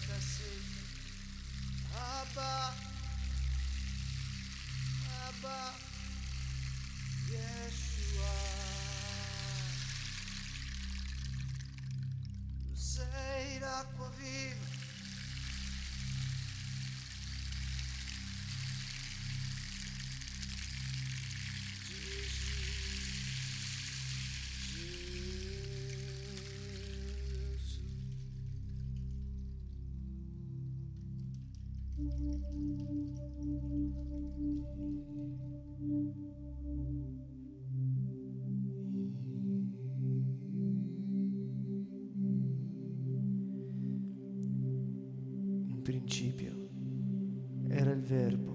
Abba, Abba, Yeshua. Tu sei l'acqua viva. In principio era il Verbo.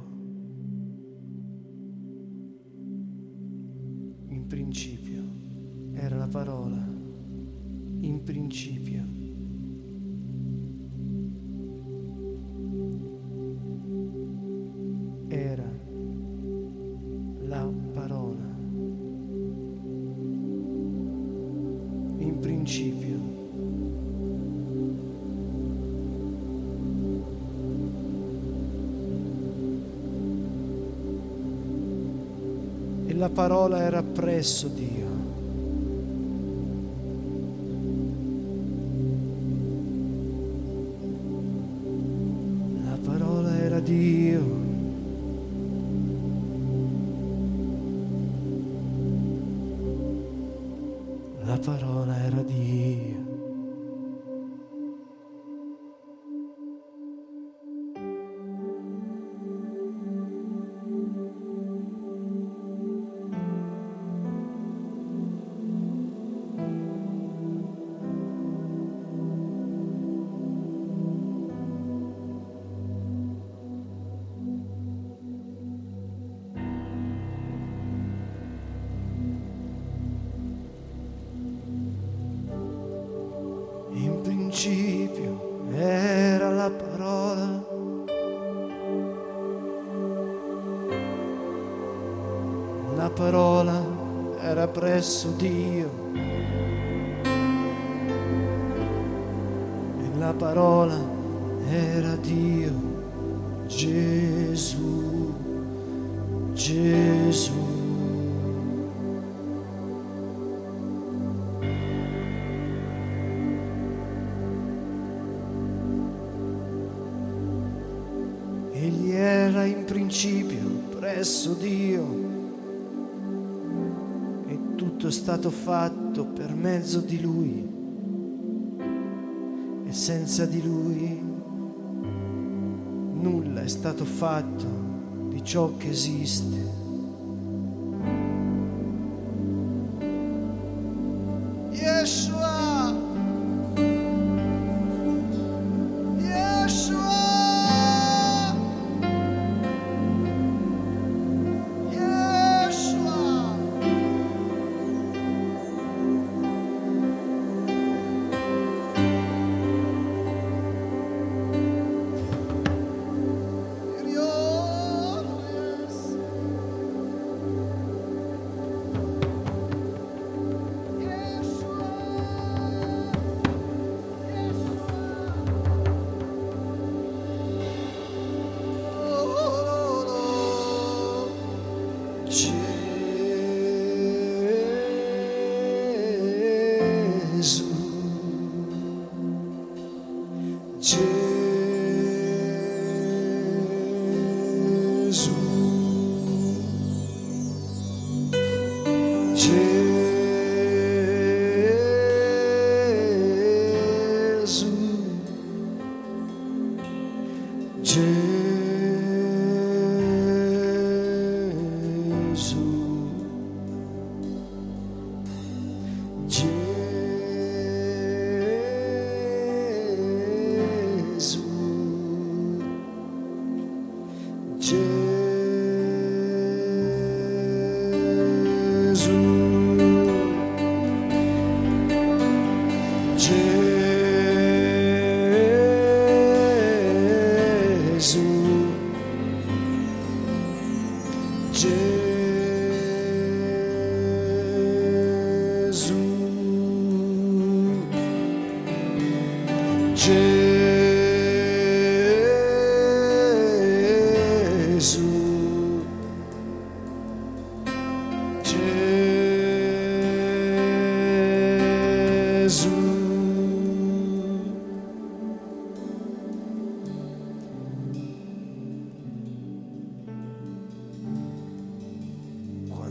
In principio era la parola. In principio era la parola. In principio e la parola era presso Dio. La parola era Dio. La parola era Dio. In principio era la parola. La parola era presso Dio. E la parola era Dio. Gesù, Gesù. Egli era in principio presso Dio e tutto è stato fatto per mezzo di Lui e senza di Lui nulla è stato fatto di ciò che esiste. Yeshua, Yeshua.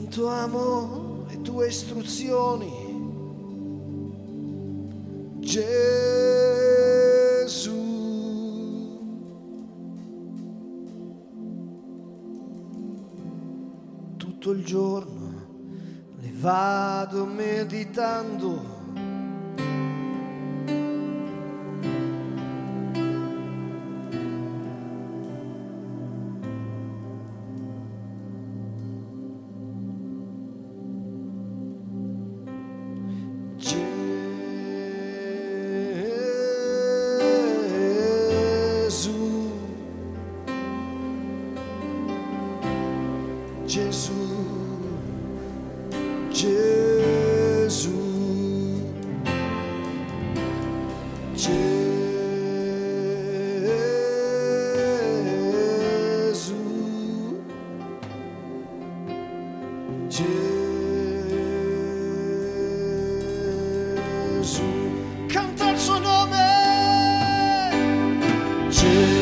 Tanto amo le tue istruzioni, Gesù. Tutto il giorno le vado meditando. Gesù, Gesù, Gesù, Gesù, canta il suo nome, Gesù.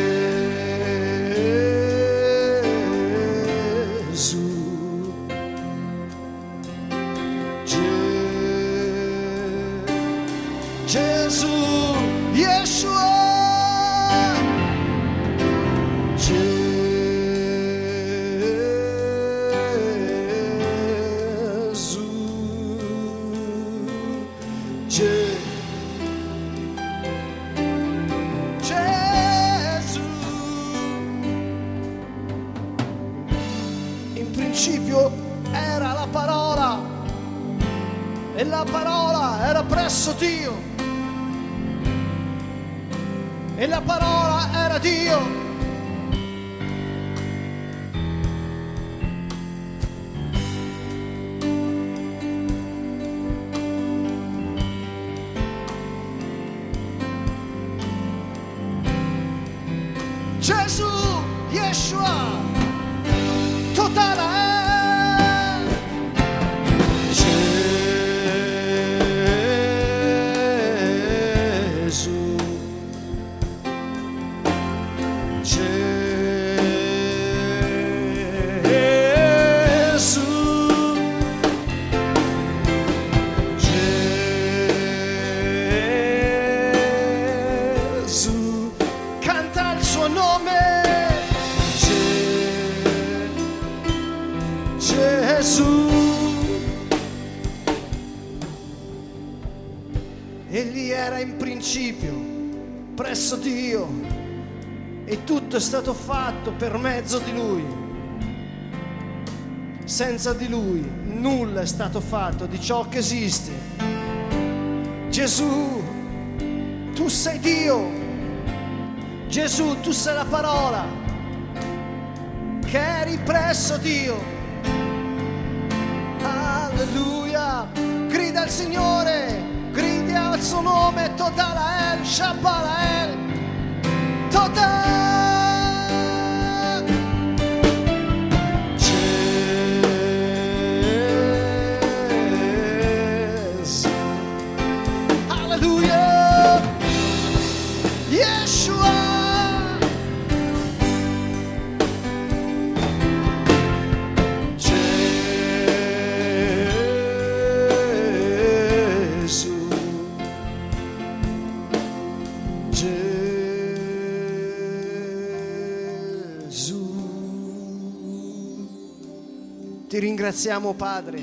Gesù, Yeshua, Gesù, Gesù. In principio era la parola e la parola era presso Dio. E la parola era Dio. Gesù, Yeshua, totale. Egli era in principio presso Dio e tutto è stato fatto per mezzo di Lui. Senza di Lui nulla è stato fatto di ciò che esiste. Gesù, tu sei Dio. Gesù, tu sei la parola che eri presso Dio. Alleluia, grida al Signore, gridi al suo nome, Totalael, Shabbalael, Total. Gesù, alleluia, Yeshua. Ti ringraziamo, Padre,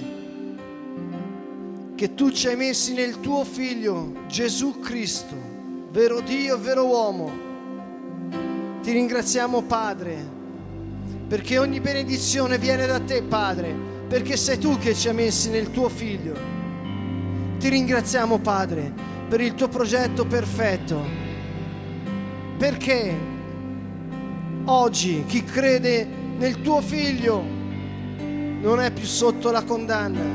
che tu ci hai messi nel tuo Figlio Gesù Cristo, vero Dio e vero uomo. Ti ringraziamo, Padre, perché ogni benedizione viene da te, Padre, perché sei tu che ci hai messi nel tuo Figlio. Ti ringraziamo, Padre, per il tuo progetto perfetto, perché oggi chi crede nel tuo Figlio non è più sotto la condanna.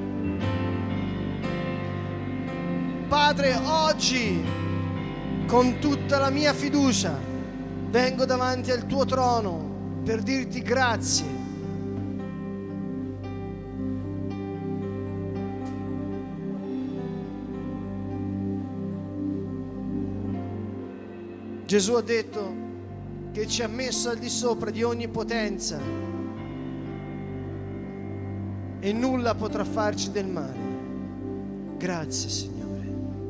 Padre, oggi con tutta la mia fiducia vengo davanti al tuo trono per dirti grazie. Gesù ha detto che ci ha messo al di sopra di ogni potenza e nulla potrà farci del male. Grazie, Signore.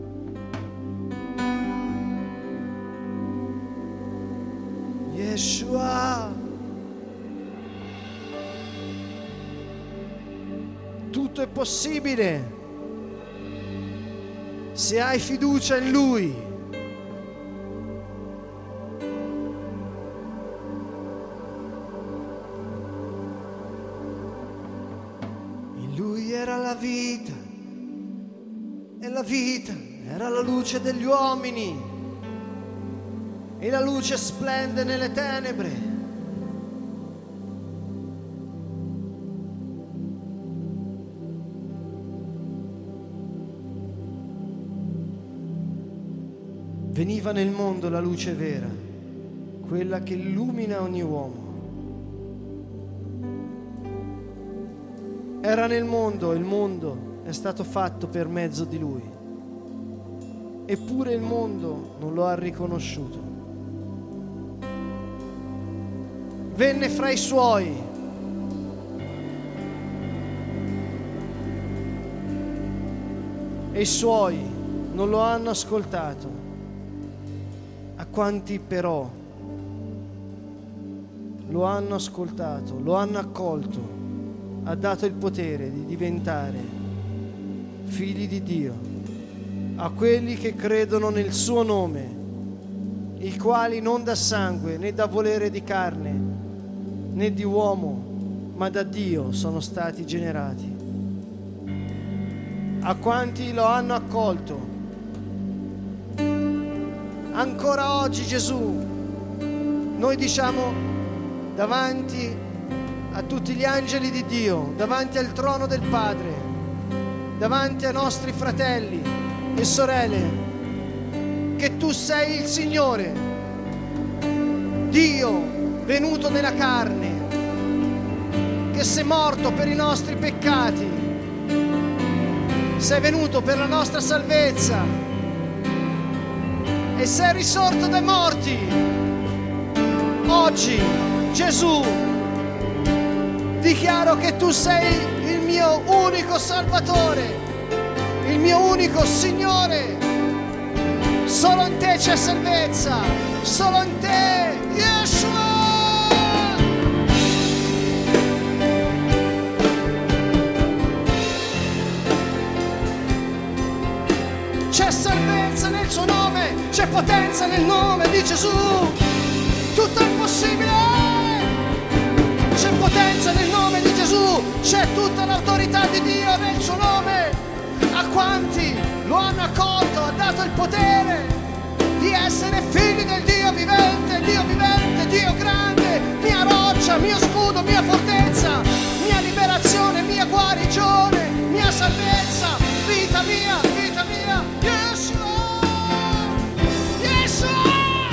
Yeshua, tutto è possibile se hai fiducia in Lui. In Lui era la vita e la vita era la luce degli uomini e la luce splende nelle tenebre. Veniva nel mondo la luce vera, quella che illumina ogni uomo. Era nel mondo, il mondo è stato fatto per mezzo di Lui. Eppure il mondo non lo ha riconosciuto. Venne fra i Suoi. E i Suoi non lo hanno ascoltato. A quanti però lo hanno ascoltato, lo hanno accolto, ha dato il potere di diventare figli di Dio, a quelli che credono nel suo nome, i quali non da sangue né da volere di carne né di uomo, ma da Dio sono stati generati. A quanti lo hanno accolto, ancora oggi Gesù, noi diciamo davanti a tutti gli angeli di Dio, davanti al trono del Padre, davanti ai nostri fratelli e sorelle, che tu sei il Signore, Dio venuto nella carne, che sei morto per i nostri peccati, sei venuto per la nostra salvezza e sei risorto dai morti. Oggi, Gesù, dichiaro che tu sei il mio unico Salvatore, il mio unico Signore. Solo in te c'è salvezza, solo in te, Yeshua. C'è salvezza nel suo nome, c'è potenza nel nome di Gesù. Tutto è possibile. C'è potenza nel nome di Gesù, c'è tutta l'autorità di Dio nel suo nome. A quanti lo hanno accolto ha dato il potere di essere figli del Dio vivente, Dio grande, mia roccia, mio scudo, mia fortezza, mia liberazione, mia guarigione, mia salvezza, vita mia, Yeshua, Yeshua.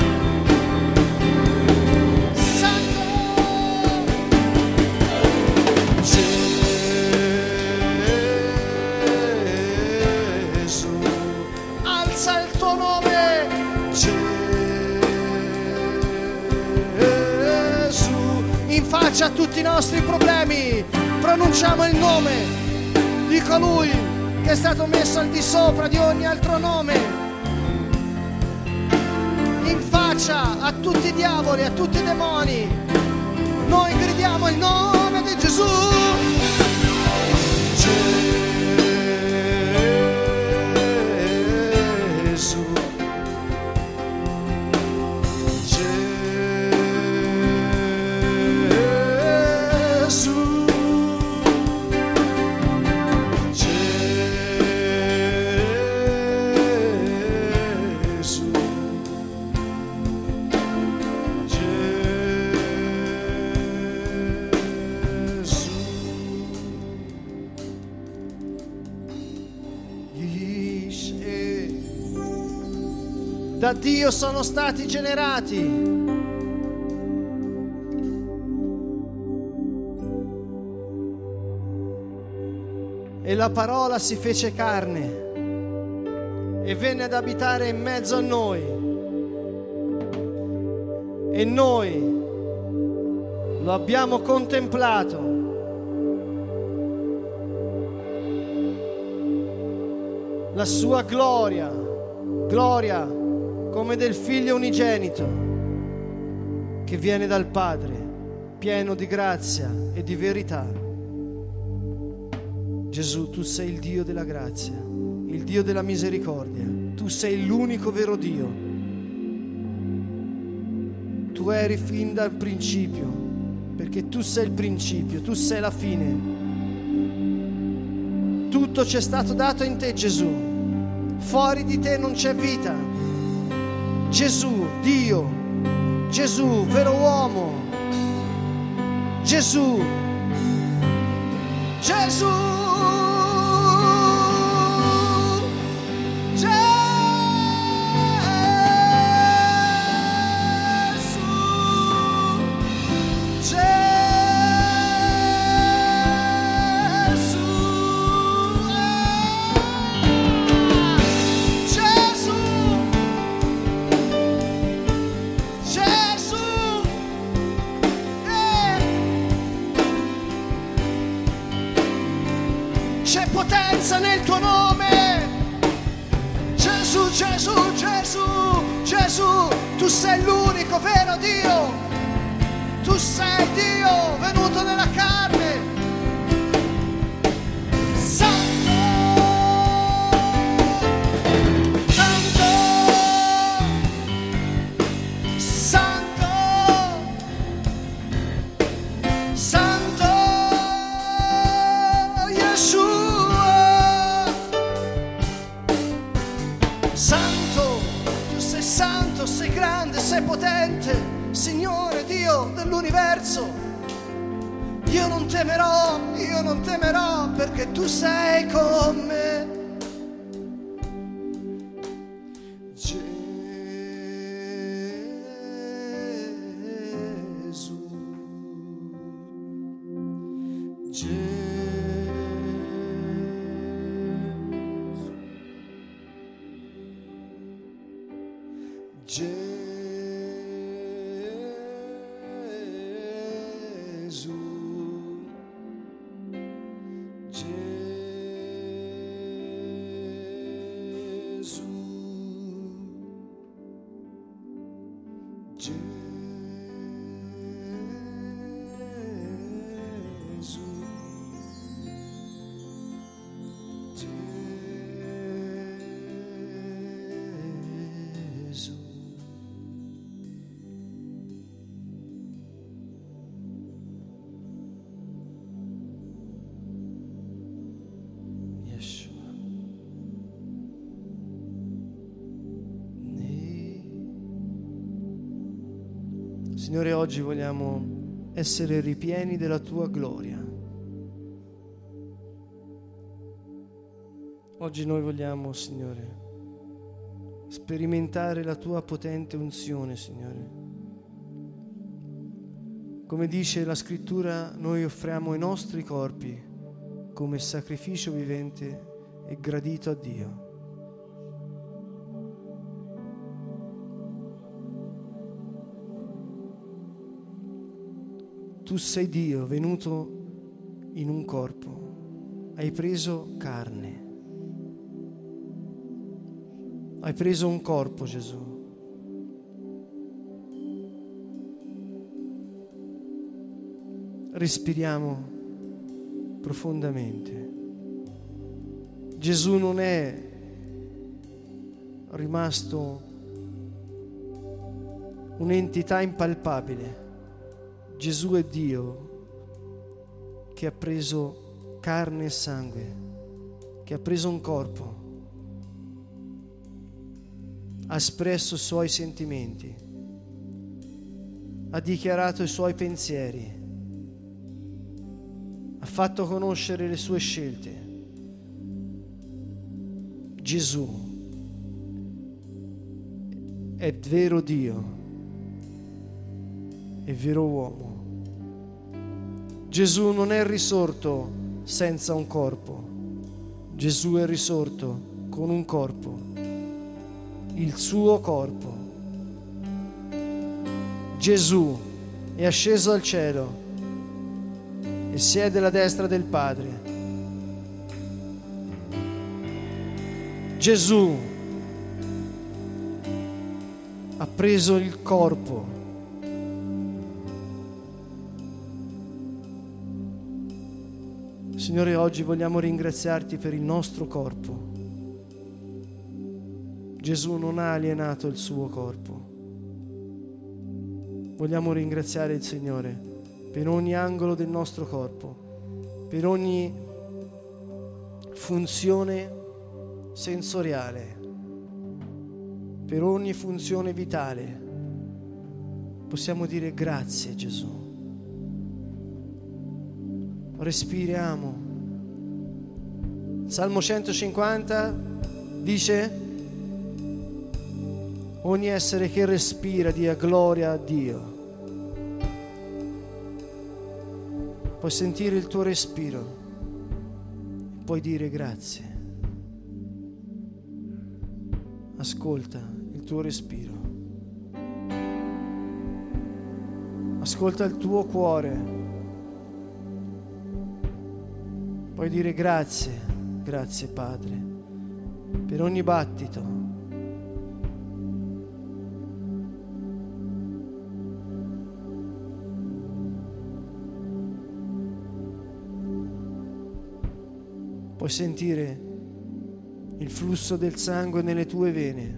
A tutti i nostri problemi pronunciamo il nome di colui che è stato messo al di sopra di ogni altro nome. In faccia a tutti i diavoli, a tutti i demoni, noi gridiamo il nome di Gesù. Da Dio sono stati generati. E la parola si fece carne e venne ad abitare in mezzo a noi. E noi lo abbiamo contemplato la sua gloria, gloria come del Figlio unigenito che viene dal Padre, pieno di grazia e di verità. Gesù, tu sei il Dio della grazia, il Dio della misericordia, tu sei l'unico vero Dio. Tu eri fin dal principio, perché tu sei il principio, tu sei la fine. Tutto ci è stato dato in te, Gesù. Fuori di te non c'è vita. Gesù, Dio. Gesù, vero uomo. Gesù. Gesù. C'è potenza nel tuo nome. Gesù, Gesù, Gesù, Gesù, tu sei l'unico vero Dio. Tu sei Dio venuto nella carne. Santo, Santo, Santo, Santo, Gesù. Santo, tu sei santo, sei grande, sei potente, Signore Dio dell'universo. Io non temerò perché tu sei con me. Gesù. Gesù, Gesù, Gesù. Signore, oggi vogliamo essere ripieni della tua gloria. Oggi noi vogliamo, Signore, sperimentare la tua potente unzione, Signore. Come dice la Scrittura, noi offriamo i nostri corpi come sacrificio vivente e gradito a Dio. Tu sei Dio venuto in un corpo, hai preso carne, hai preso un corpo, Gesù. Respiriamo profondamente. Gesù non è rimasto un'entità impalpabile. Gesù è Dio che ha preso carne e sangue, che ha preso un corpo, ha espresso i suoi sentimenti, ha dichiarato i suoi pensieri, ha fatto conoscere le sue scelte. Gesù è vero Dio, è vero uomo. Gesù non è risorto senza un corpo. Gesù è risorto con un corpo, il suo corpo. Gesù è asceso al cielo e siede alla destra del Padre. Gesù ha preso il corpo Signore, oggi vogliamo ringraziarti per il nostro corpo. Gesù non ha alienato il suo corpo. Vogliamo ringraziare il Signore per ogni angolo del nostro corpo, per ogni funzione sensoriale, per ogni funzione vitale. Possiamo dire grazie, Gesù. Respiriamo. Salmo 150 dice: ogni essere che respira dia gloria a Dio. Puoi sentire il tuo respiro e puoi dire grazie. Ascolta il tuo respiro. Ascolta il tuo cuore. Puoi dire grazie, grazie Padre, per ogni battito. Puoi sentire il flusso del sangue nelle tue vene.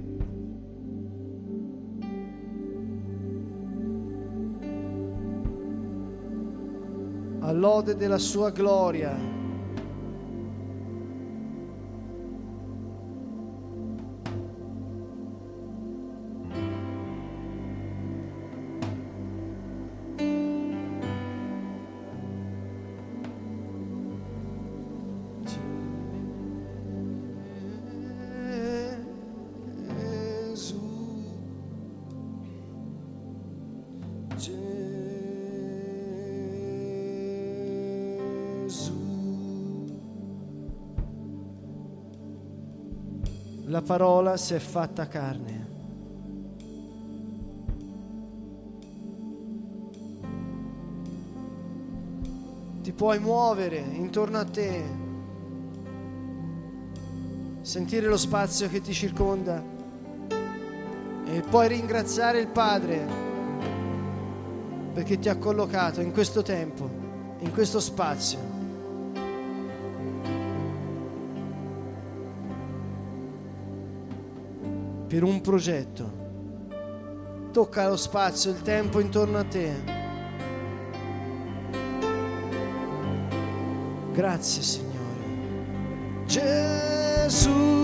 All'ode della sua gloria. La parola si è fatta carne. Ti puoi muovere intorno a te, sentire lo spazio che ti circonda e puoi ringraziare il Padre perché ti ha collocato in questo tempo, in questo spazio. Per un progetto. Tocca lo spazio, il tempo intorno a te. Grazie Signore. Gesù.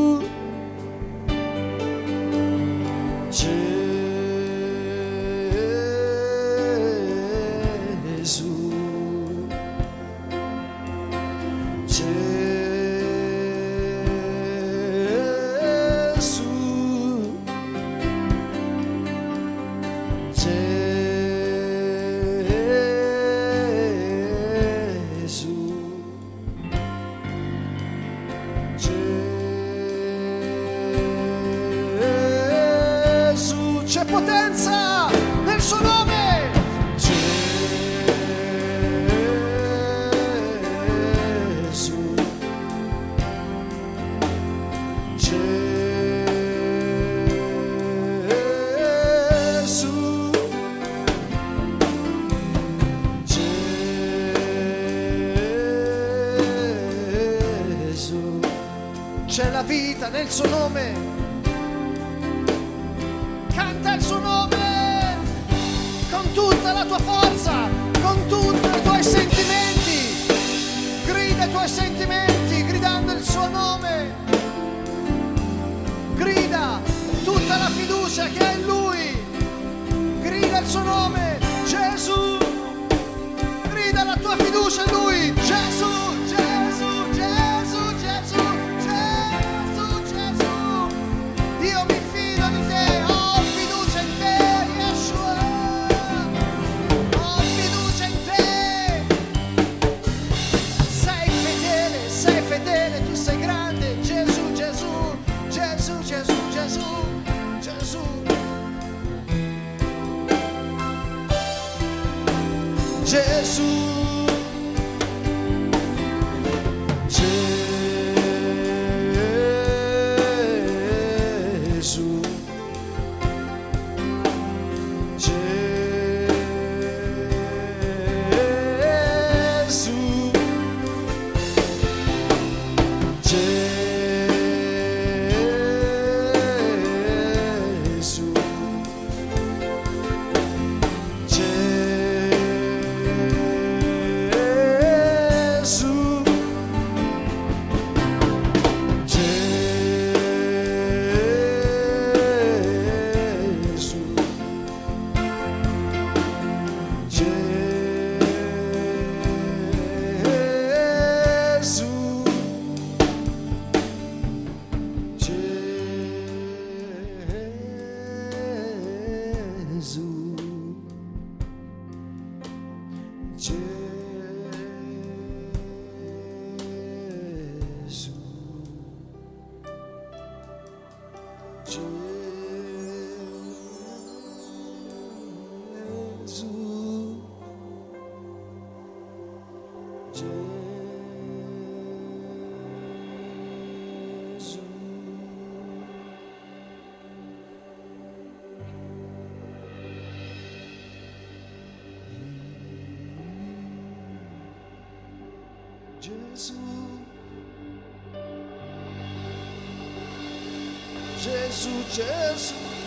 C'è potenza nel suo nome. Gesù. Gesù. Gesù. C'è la vita nel suo nome. Canta il suo nome con tutta la tua forza, con tutti i tuoi sentimenti. Grida i tuoi sentimenti gridando il suo nome. Grida tutta la fiducia che hai in Lui. Grida il suo nome, Gesù. Grida la tua fiducia in Lui, Gesù, Gesù, Gesù, Gesù, Gesù, Gesù. Io mi fido di te. Tu sei grande, Gesù, Gesù, Gesù, Gesù, Gesù, Gesù. Gesù. Gesù, Gesù, Gesù.